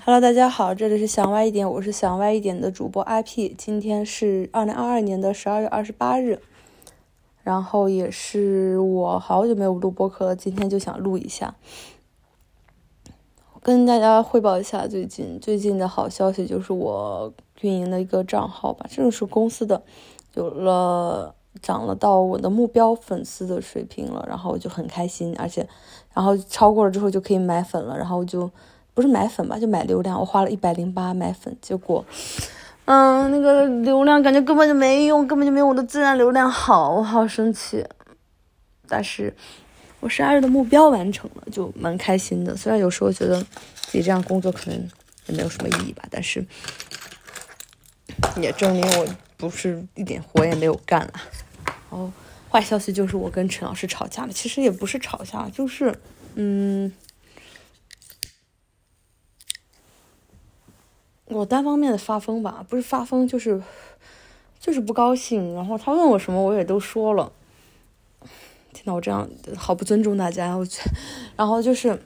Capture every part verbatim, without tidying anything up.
Hello， 大家好，这里是想歪一点，我是想歪一点的主播 I P。今天是二零二二年的十二月二十八日，然后也是我好久没有录播客了，今天就想录一下，跟大家汇报一下最近最近的好消息，就是我运营的一个账号吧，正是公司的，有了涨了到我的目标粉丝的水平了，然后我就很开心，而且然后超过了之后就可以买粉了，然后就不是买粉吧，就买流量，我花了一百零八买粉，结果嗯那个流量感觉根本就没用，根本就没有我的自然流量好，我好生气。但是我十二月的目标完成了，就蛮开心的，虽然有时候觉得自己这样工作可能也没有什么意义吧，但是也证明我不是一点活也没有干了。然后坏消息就是我跟陈老师吵架了，其实也不是吵架，就是嗯我单方面的发疯吧，不是发疯就是就是不高兴，然后他问我什么我也都说了。听到我这样好不尊重大家，我觉得然后就是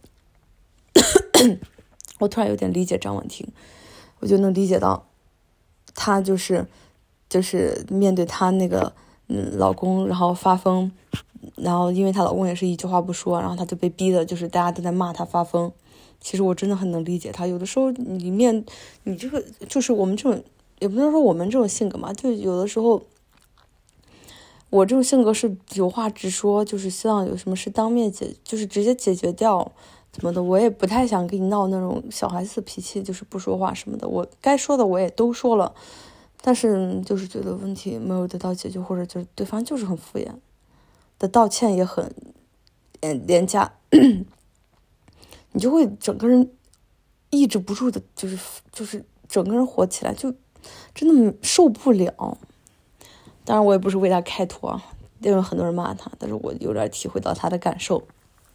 我突然有点理解张婉婷，我就能理解到她就是就是面对她那个嗯老公然后发疯，然后因为她老公也是一句话不说，然后她就被逼的就是大家都在骂她发疯。其实我真的很能理解她，有的时候你面你这个就是我们这种也不能说我们这种性格嘛，就有的时候我这种性格是有话直说，就是希望有什么事当面解，就是直接解决掉怎么的，我也不太想跟你闹那种小孩子的脾气，就是不说话什么的，我该说的我也都说了，但是就是觉得问题没有得到解决，或者就是对方就是很敷衍的道歉也很廉价你就会整个人抑制不住的就是就是整个人火起来，就真的受不了。当然我也不是为他开脱啊，因为很多人骂他，但是我有点体会到他的感受。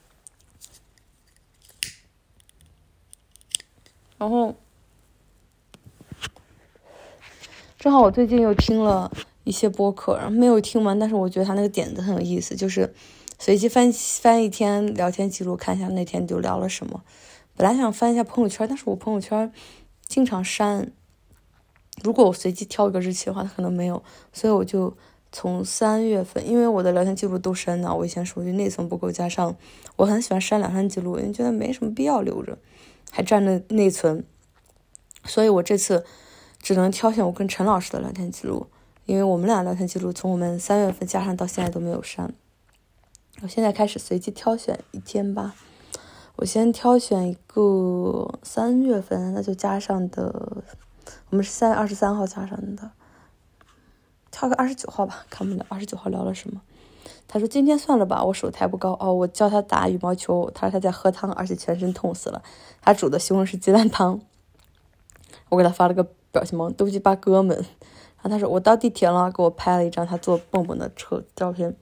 然后正好我最近又听了一些播客，然后没有听完，但是我觉得他那个点子很有意思，就是随机翻翻一天聊天记录，看一下那天就聊了什么。本来想翻一下朋友圈，但是我朋友圈经常删，如果我随机挑一个日期的话，它可能没有，所以我就从三月份，因为我的聊天记录都删了，我以前手机内存不够，加上我很喜欢删聊天记录，因为觉得没什么必要留着，还占着内存，所以我这次只能挑选我跟陈老师的聊天记录，因为我们俩聊天记录从我们三月份加上到现在都没有删。我现在开始随机挑选一天吧，我先挑选一个三月份，那就加上的，我们是三月二十三号加上的，挑个二十九号吧，看不了二十九号聊了什么。他说今天算了吧，我手抬不高哦。我教他打羽毛球，他说他在喝汤，而且全身痛死了。他煮的西红柿鸡蛋汤，我给他发了个表情包，都鸡巴哥们。然后他说我到地铁了，给我拍了一张他坐蹦蹦的车照片。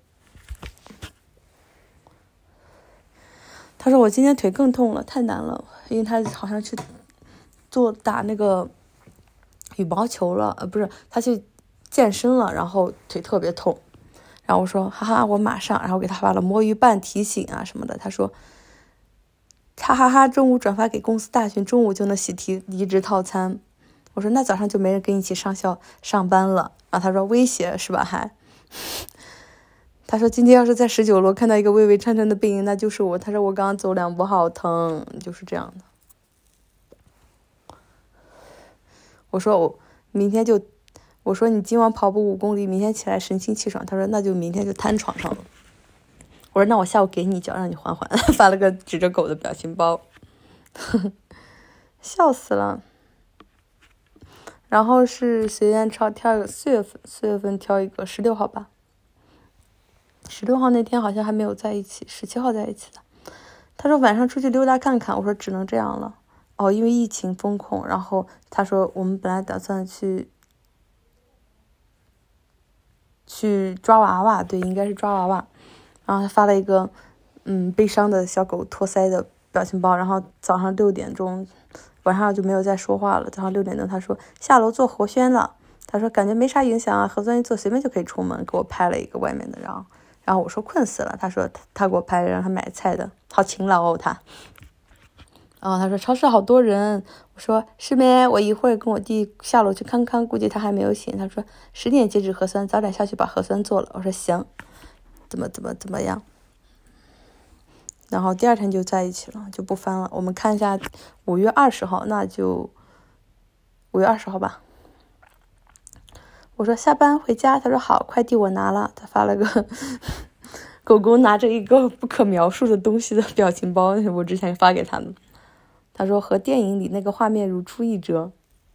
他说我今天腿更痛了，太难了，因为他好像去做打那个羽毛球了，呃，不是，他去健身了，然后腿特别痛。然后我说哈哈我马上，然后给他发了摸鱼伴提醒啊什么的。他说哈哈哈中午转发给公司大群，中午就能喜提离职套餐。我说那早上就没人跟你一起上校上班了。然后他说威胁是吧还他说今天要是在十九楼看到一个微微颤颤的背影，那就是我。他说我刚刚走两步好疼，就是这样的。我说我明天就我说你今晚跑步五公里，明天起来神清气爽。他说那就明天就瘫床上了。我说那我下午给你一脚让你缓缓发了个指着狗的表情包笑死了。然后是随便挑挑一个四月份四月份挑一个十六号吧，十六号那天好像还没有在一起，十七号在一起的。他说晚上出去溜达看看，我说只能这样了哦，因为疫情封控。然后他说我们本来打算去去抓娃娃，对，应该是抓娃娃。然后他发了一个嗯悲伤的小狗托腮的表情包。然后早上六点钟，晚上就没有再说话了。早上六点钟他说下楼做活宣了，他说感觉没啥影响啊，核酸一做随便就可以出门，给我拍了一个外面的。然后然后我说困死了，他说他他给我拍让他买菜的，好勤劳哦他。 然后他说超市好多人，我说是没，我一会儿跟我弟下楼去看看，估计他还没有醒。他说十点截止核酸，早点下去把核酸做了。我说行，怎么怎么怎么样。然后第二天就在一起了，就不翻了。我们看一下五月二十号，那就五月二十号吧。我说下班回家，他说好，快递我拿了。他发了个狗狗拿着一个不可描述的东西的表情包，我之前发给他的。他说和电影里那个画面如出一辙。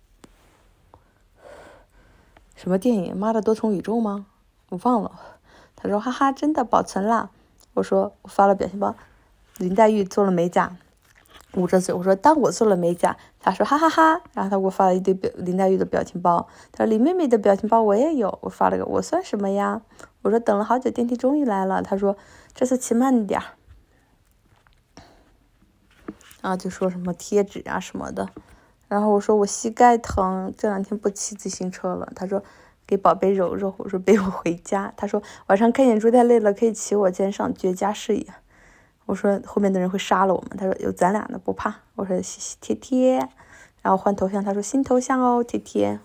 什么电影？妈的多重宇宙吗？我忘了。他说哈哈，真的保存啦。我说我发了表情包，林黛玉做了美甲，捂着嘴。我说当我做了美甲。他说哈哈哈，然后他给我发了一堆表林黛玉的表情包。他说李妹妹的表情包我也有。我发了个我算什么呀？我说等了好久，电梯终于来了。他说这次骑慢点儿。然后就说什么贴纸啊什么的，然后我说我膝盖疼，这两天不骑自行车了。他说给宝贝揉揉。我说背我回家。他说晚上看演出太累了，可以骑我肩上，绝佳视野。我说后面的人会杀了我们。他说有咱俩的不怕。我说谢谢贴贴。然后换头像，他说新头像哦贴贴。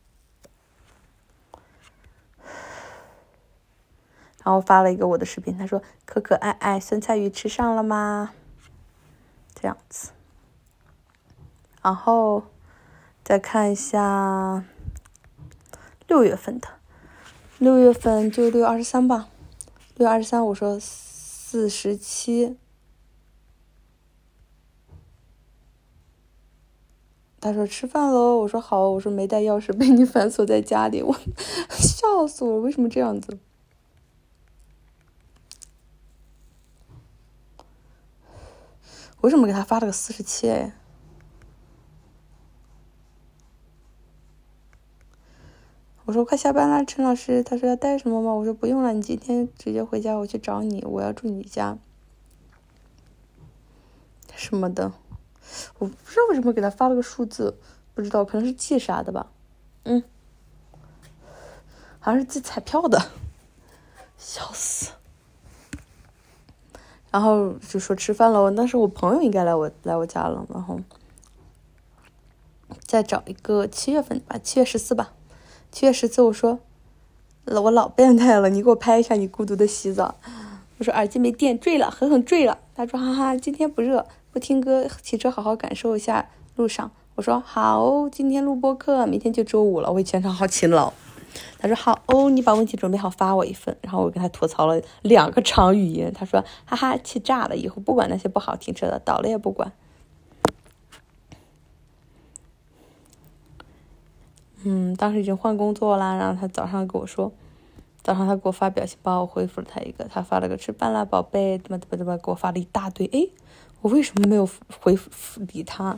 然后发了一个我的视频，他说可可爱爱，酸菜鱼吃上了吗？这样子。然后再看一下六月份的，六月份就六月二十三吧。六月二十三，我说四十七。他说吃饭喽，我说好，我说没带钥匙，被你反锁在家里，我笑死我了，为什么这样子？为什么给他发了个四十七？哎，我说快下班了，陈老师。他说要带什么吗？我说不用了，你今天直接回家，我去找你，我要住你家什么的。我不知道为什么给他发了个数字，不知道，可能是记啥的吧。嗯，好像是记彩票的，笑死。然后就说吃饭了，但是我朋友应该来我来我家了，然后再找一个七月份吧，七月十四吧。七月十四，我说我老变态了，你给我拍一下你孤独的洗澡。我说耳机没电，坠了，狠狠坠了。他说哈哈，今天不热，不听歌，骑车好好感受一下路上。我说好，今天录播课，明天就周五了，我会全场好勤劳。他说好哦，你把问题准备好发我一份。然后我跟他吐槽了两个长语音。他说哈哈，气炸了，以后不管那些不好停车的，倒了也不管。嗯，当时已经换工作啦，然后他早上跟我说，早上他给我发表情包，我回复了他一个，他发了个吃饭了宝贝，怎么怎么怎么给我发了一大堆。诶，我为什么没有回复理他？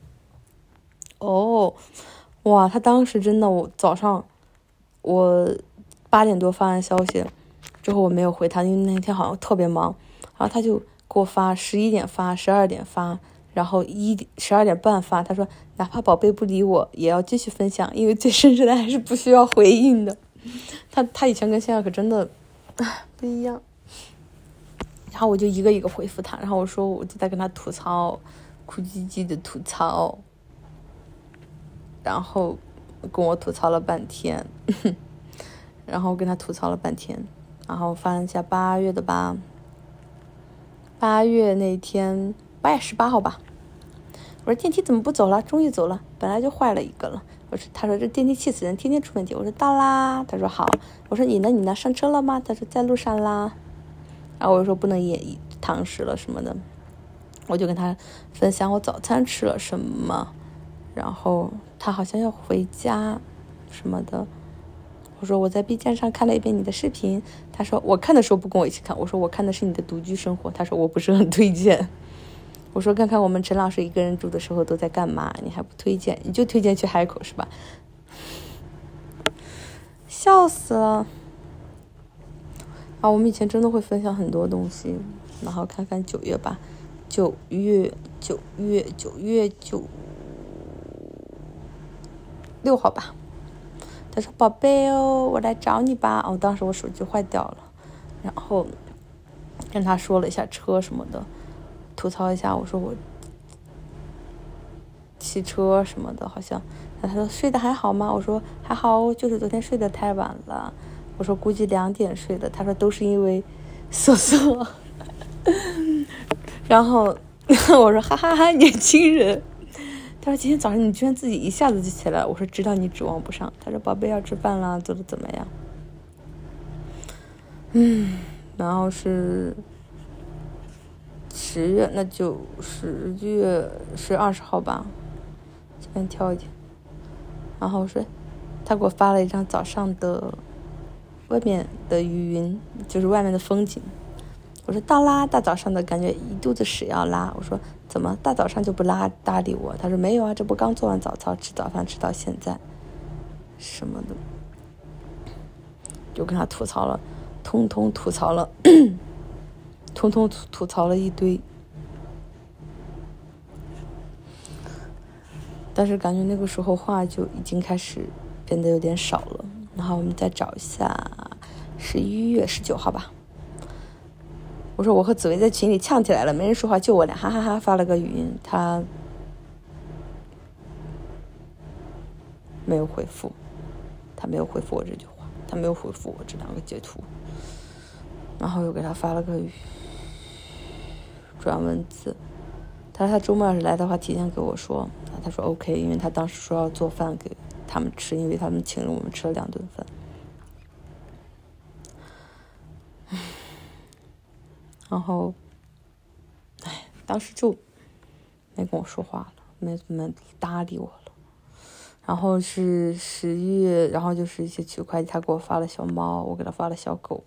哦，哇，他当时真的，我早上我八点多发完消息之后我没有回他，因为那天好像特别忙，然后他就给我发十一点发，十二点发，然后一点十二点半发。他说哪怕宝贝不理我也要继续分享，因为最深沉的还是不需要回应的。他他以前跟现在可真的唉不一样。然后我就一个一个回复他，然后我说我就在跟他吐槽，哭唧唧的吐槽，然后跟我吐槽了半天然后跟他吐槽了半天，然后翻一下八月的吧。八月那天，八月十八号吧。我说电梯怎么不走了？终于走了，本来就坏了一个了。我说，他说这电梯气死人，天天出问题。我说到啦。他说好。我说你呢？你呢？上车了吗？他说在路上啦。然后我说不能演堂食了什么的，我就跟他分享我早餐吃了什么，然后他好像要回家什么的。我说我在 B 站上看了一遍你的视频，他说我看的时候不跟我一起看，我说我看的是你的独居生活，他说我不是很推荐。我说看看我们陈老师一个人住的时候都在干嘛，你还不推荐？你就推荐去海口是吧？笑死了。啊，我们以前真的会分享很多东西。然后看看九月吧，九月九月九月九六号吧。他说宝贝哦，我来找你吧。哦，当时我手机坏掉了，然后跟他说了一下车什么的，吐槽一下。我说我汽车什么的，好像。他说睡得还好吗？我说还好，就是昨天睡得太晚了。我说估计两点睡的。他说都是因为瑟瑟。然后我说哈哈哈，年轻人。他说今天早上你居然自己一下子就起来了。我说知道你指望不上。他说宝贝要吃饭啦，做的怎么样？嗯，然后是十月，那就十月是二十号吧，这边挑一天。然后是他给我发了一张早上的外面的雨云，就是外面的风景。我说到啦，大早上的感觉一肚子屎要拉。我说怎么大早上就不拉搭理我？他说没有啊，这不刚做完早操，吃早饭吃到现在什么的，就跟他吐槽了，通通吐槽了通通吐吐槽了一堆。但是感觉那个时候话就已经开始变得有点少了。然后我们再找一下十一月十九号吧。我说我和紫薇在群里呛起来了，没人说话，就我俩，哈哈哈哈，发了个语音，他没有回复，他没有回复我这句话，他没有回复我这两个截图。然后又给他发了个语转文字，他说他周末要是来的话提前给我说，他说 OK， 因为他当时说要做饭给他们吃，因为他们请了我们吃了两顿饭。然后哎，当时就没跟我说话了，没没搭理我了。然后是十一月，然后就是一些取快递，他给我发了小猫，我给他发了小狗。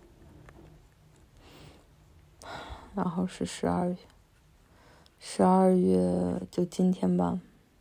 然后是十二月，十二月就今天吧。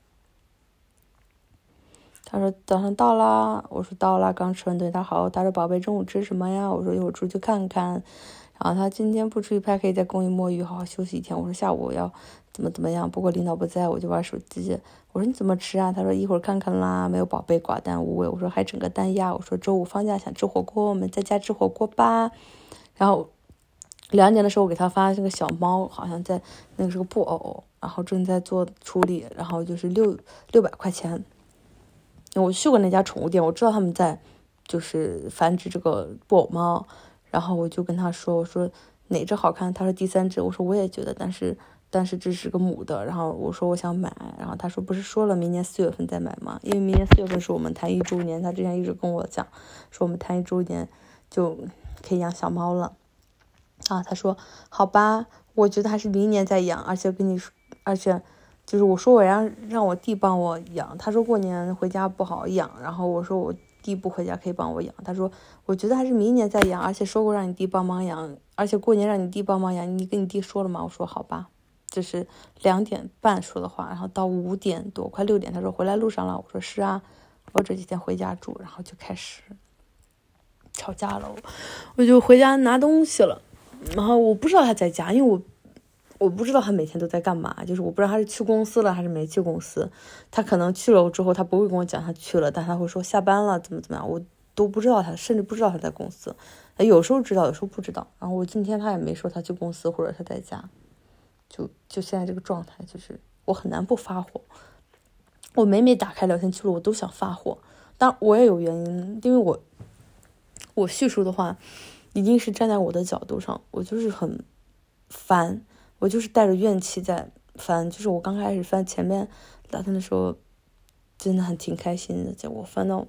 他说早上到啦，我说到啦，刚吃完顿。他好，他说宝贝中午吃什么呀？我说一会儿出去看看。然后他今天不出去拍，可以在公寓摸鱼，好好休息一天。我说下午要怎么怎么样，不过领导不在，我就玩手机。我说你怎么吃啊？他说一会儿看看啦，没有宝贝寡淡无味。我说还整个单鸭。我说周五放假想吃火锅，我们在家吃火锅吧。然后两点的时候我给他发这个小猫，好像在那个是个布偶，然后正在做处理，然后就是六六百块钱。我去过那家宠物店，我知道他们在就是繁殖这个布偶猫。然后我就跟他说，我说哪只好看？他说第三只。我说我也觉得，但是但是这是个母的。然后我说我想买，然后他说不是说了明年四月份再买吗？因为明年四月份是我们谈一周年，他之前一直跟我讲，说我们谈一周年就可以养小猫了。啊，他说好吧，我觉得还是明年再养，而且跟你说，而且就是我说我让让我弟帮我养，他说过年回家不好养，然后我说我弟不回家可以帮我养，他说我觉得还是明年再养，而且说过让你弟帮忙养，而且过年让你弟帮忙养，你跟你弟说了吗？我说好吧，这是两点半说的话，然后到五点多快六点，他说回来路上了，我说是啊，我这几天回家住，然后就开始吵架了，我就回家拿东西了。然后我不知道他在家，因为我我不知道他每天都在干嘛，就是我不知道他是去公司了还是没去公司。他可能去了之后他不会跟我讲他去了，但他会说下班了怎么怎么样，我都不知道他，甚至不知道他在公司。有时候知道，有时候不知道。然后我今天他也没说他去公司或者他在家，就就现在这个状态，就是我很难不发火。我每每打开聊天记录我都想发火，但我也有原因，因为我我叙述的话一定是站在我的角度上，我就是很烦，我就是带着怨气在翻。就是我刚开始翻前面聊天的时候真的很挺开心的，结果翻到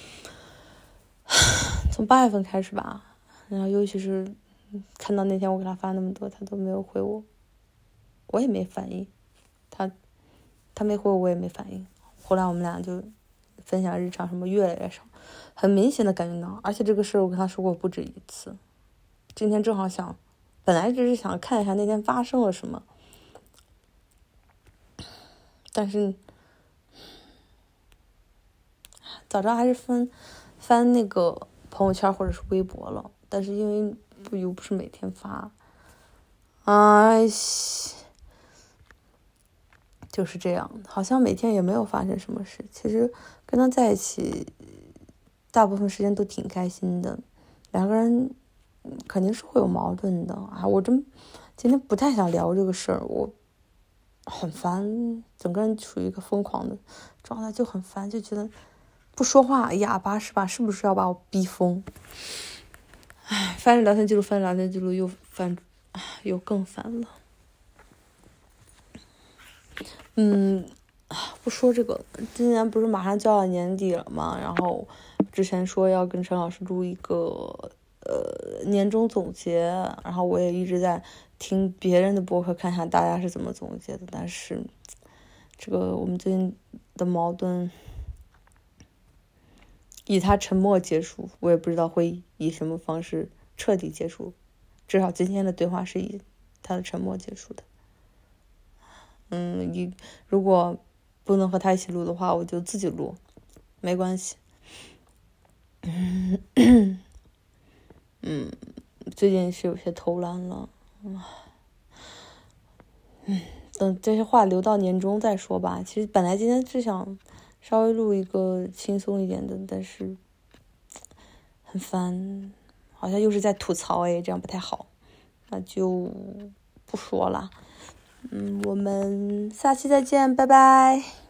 从八月份开始吧，然后尤其是看到那天我给他发那么多他都没有回我，我也没反应，他他没回我我也没反应。后来我们俩就分享日常什么越来越少，很明显的感觉到。而且这个事我跟他说过不止一次，今天正好想本来只是想看一下那天发生了什么，但是早知道还是翻翻那个朋友圈或者是微博了，但是因为不又不是每天发，哎，就是这样，好像每天也没有发生什么事。其实跟他在一起大部分时间都挺开心的，两个人肯定是会有矛盾的啊。我真今天不太想聊这个事儿，我很烦，整个人处于一个疯狂的状态，就很烦，就觉得不说话哑巴是吧？是不是要把我逼疯？唉，翻着聊天记录，翻着聊天记录又翻，又更烦了。嗯，不说这个，今年不是马上就要年底了嘛？然后之前说要跟陈老师录一个呃年终总结，然后我也一直在听别人的播客，看一下大家是怎么总结的。但是这个我们最近的矛盾以他沉默结束，我也不知道会以什么方式彻底结束，至少今天的对话是以他的沉默结束的。嗯，你如果不能和他一起录的话，我就自己录，没关系。嗯，最近是有些偷懒了。嗯，等这些话留到年终再说吧。其实本来今天是想稍微录一个轻松一点的，但是很烦，好像又是在吐槽哎，这样不太好，那就不说了。嗯，我们下期再见，拜拜。